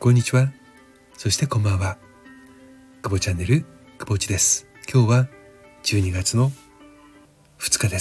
こんにちは。そしてこんばんは。久保チャンネル、久保内です。今日は12月の2日です。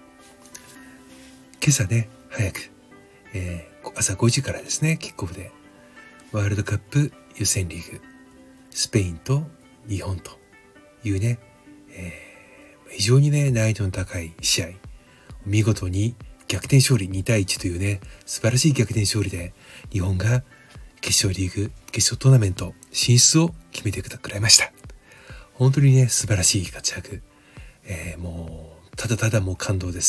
今朝ね、早く、朝5時からですね、キックオフでワールドカップ予選リーグ、スペインと日本というね、非常にね、難易度の高い試合、見事に逆転勝利2対1というね、素晴らしい逆転勝利で日本が決勝リーグ、決勝トーナメント進出を決めてくれました。本当にね、素晴らしい活躍。もう、ただただもう感動です。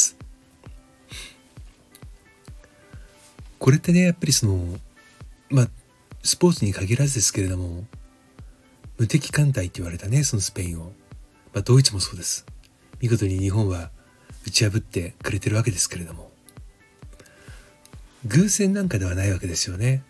これってね、やっぱりスポーツに限らずですけれども、無敵艦隊って言われたね、そのスペインを。ドイツもそうです。見事に日本は打ち破ってくれてるわけですけれども。偶然なんかではないわけですよね。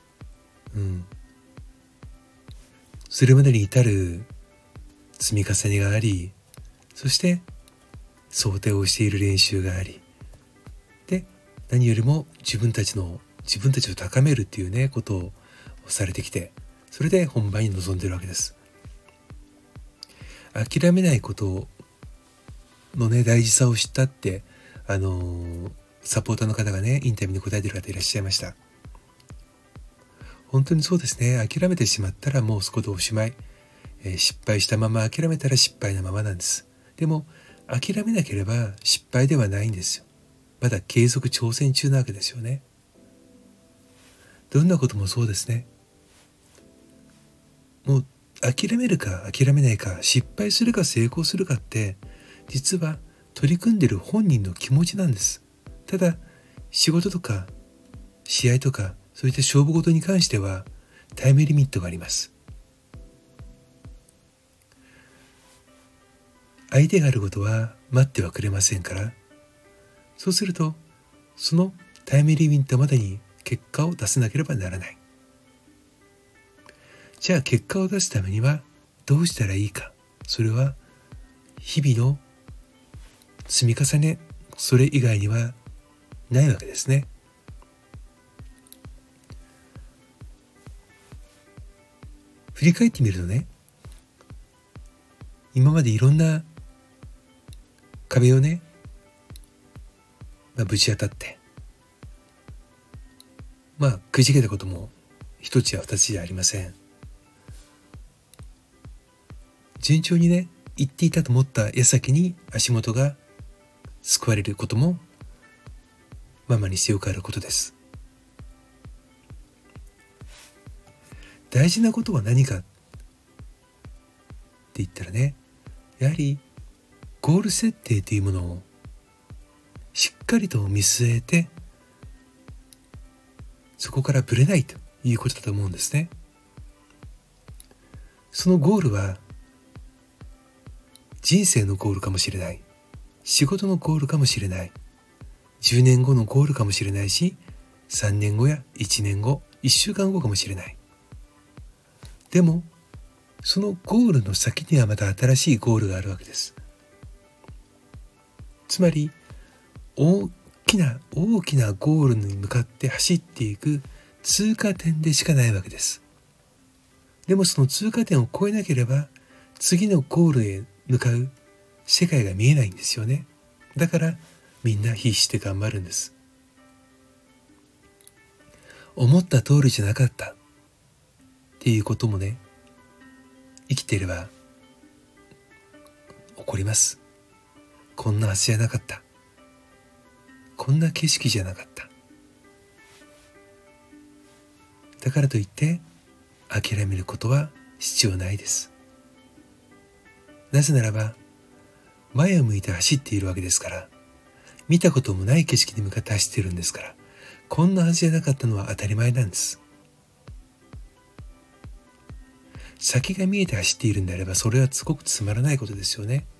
それまでに至る積み重ねがあり、そして想定をしている練習があり、で何よりも自分たちを高めるっていうねことをされてきて、それで本番に臨んでいるわけです。諦めないことのね大事さを知ったってサポーターの方がねインタビューに答えている方いらっしゃいました。本当にそうですね。諦めてしまったらもうそこでおしまい。失敗したまま諦めたら失敗なままなんです。でも諦めなければ失敗ではないんですよ。まだ継続挑戦中なわけですよね。どんなこともそうですね。もう諦めるか諦めないか、失敗するか成功するかって実は取り組んでいる本人の気持ちなんです。ただ仕事とか試合とかそういった勝負事に関してはタイムリミットがあります。相手があることは待ってはくれませんから、そうするとそのタイムリミットまでに結果を出さなければならない。じゃあ結果を出すためにはどうしたらいいか。それは日々の積み重ね、それ以外にはないわけですね。振り返ってみるとね、今までいろんな壁をね、ぶち当たってくじけたことも一つや二つじゃありません。順調にね行っていたと思った矢先に足元が救われることもママにしてよくあることです。大事なことは何かって言ったらね、やはりゴール設定というものをしっかりと見据えて、そこからぶれないということだと思うんですね。そのゴールは人生のゴールかもしれない、仕事のゴールかもしれない、10年後のゴールかもしれないし、3年後や1年後、1週間後かもしれない。でもそのゴールの先にはまた新しいゴールがあるわけです。つまり大きなゴールに向かって走っていく通過点でしかないわけです。でもその通過点を越えなければ次のゴールへ向かう世界が見えないんですよね。だからみんな必死で頑張るんです。思った通りじゃなかったっていうこともね、生きていれば起こります。こんなはずじゃなかった、こんな景色じゃなかった。だからといって諦めることは必要ないです。なぜならば前を向いて走っているわけですから、見たこともない景色に向かって走っているんですから、こんなはずじゃなかったのは当たり前なんです。先が見えて走っているんであれば、それはすごくつまらないことですよね。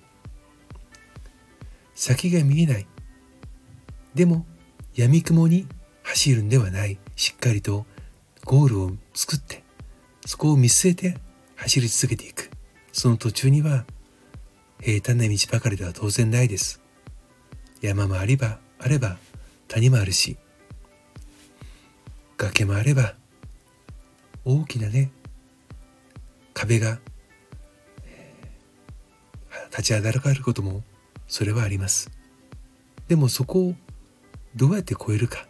先が見えない。でも闇雲に走るんではない。しっかりとゴールを作って、そこを見据えて走り続けていく。その途中には平坦な道ばかりでは当然ないです。山もあれば谷もあるし、崖もあれば大きなね壁が立ちはだかることもそれはあります。でもそこをどうやって越えるか、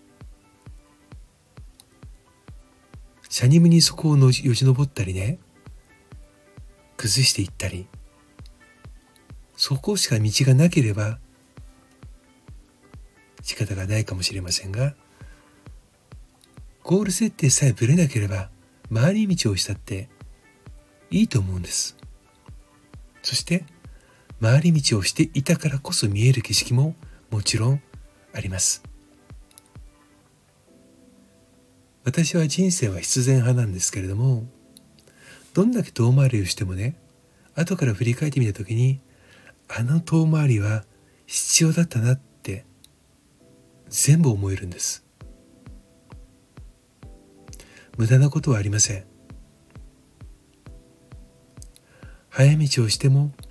しゃにむにそこをよじ登ったりね、崩していったり、そこしか道がなければ仕方がないかもしれませんが、ゴール設定さえぶれなければ回り道をしたっていいと思うんです。そして回り道をしていたからこそ見える景色ももちろんあります。私は人生は必然派なんですけれども、どんだけ遠回りをしてもね、後から振り返ってみたときに、あの遠回りは必要だったなって全部思えるんです。無駄なことはありません。早道をしても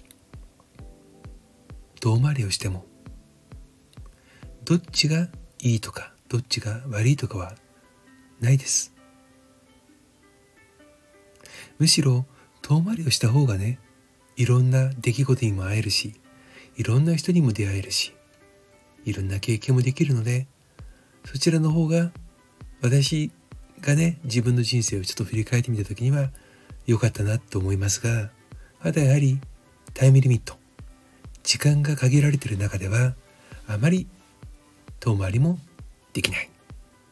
遠回りをしても、どっちがいいとかどっちが悪いとかはないです。むしろ遠回りをした方がね、いろんな出来事にも会えるし、いろんな人にも出会えるし、いろんな経験もできるので、そちらの方が私がね、自分の人生をちょっと振り返ってみた時には良かったなと思いますが、あとやはりタイムリミット、時間が限られている中ではあまり遠回りもできない。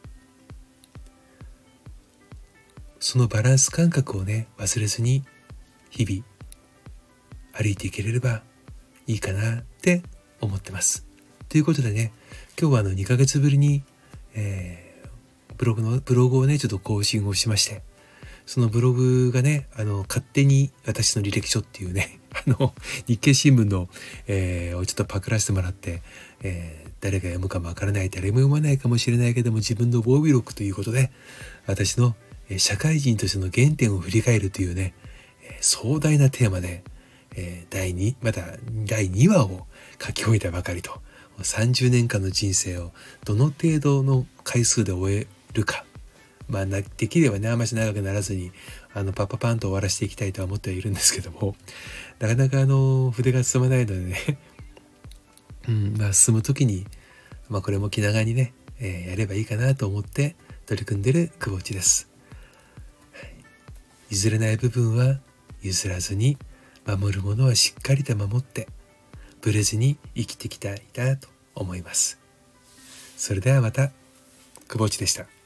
そのバランス感覚をね、忘れずに日々歩いていければいいかなって思ってます。ということでね、今日は2ヶ月ぶりに、ブログをねちょっと更新をしまして、そのブログがね勝手に私の履歴書っていうね日経新聞の、をちょっとパクらせてもらって、誰が読むかもわからない、誰も読まないかもしれないけども、自分の防備録ということで私の社会人としての原点を振り返るというね、壮大なテーマで、まだ第2話を書き終えたばかりと、30年間の人生をどの程度の回数で終えるか、できればね、あまり長くならずにパパパンと終わらせていきたいとは思ってはいるんですけども、なかなか筆が進まないのでね進む時に、これも気長にね、やればいいかなと思って取り組んでる久保内です。譲れない部分は譲らずに、守るものはしっかりと守ってブレずに生きていきたいなと思います。それではまた。久保内でした。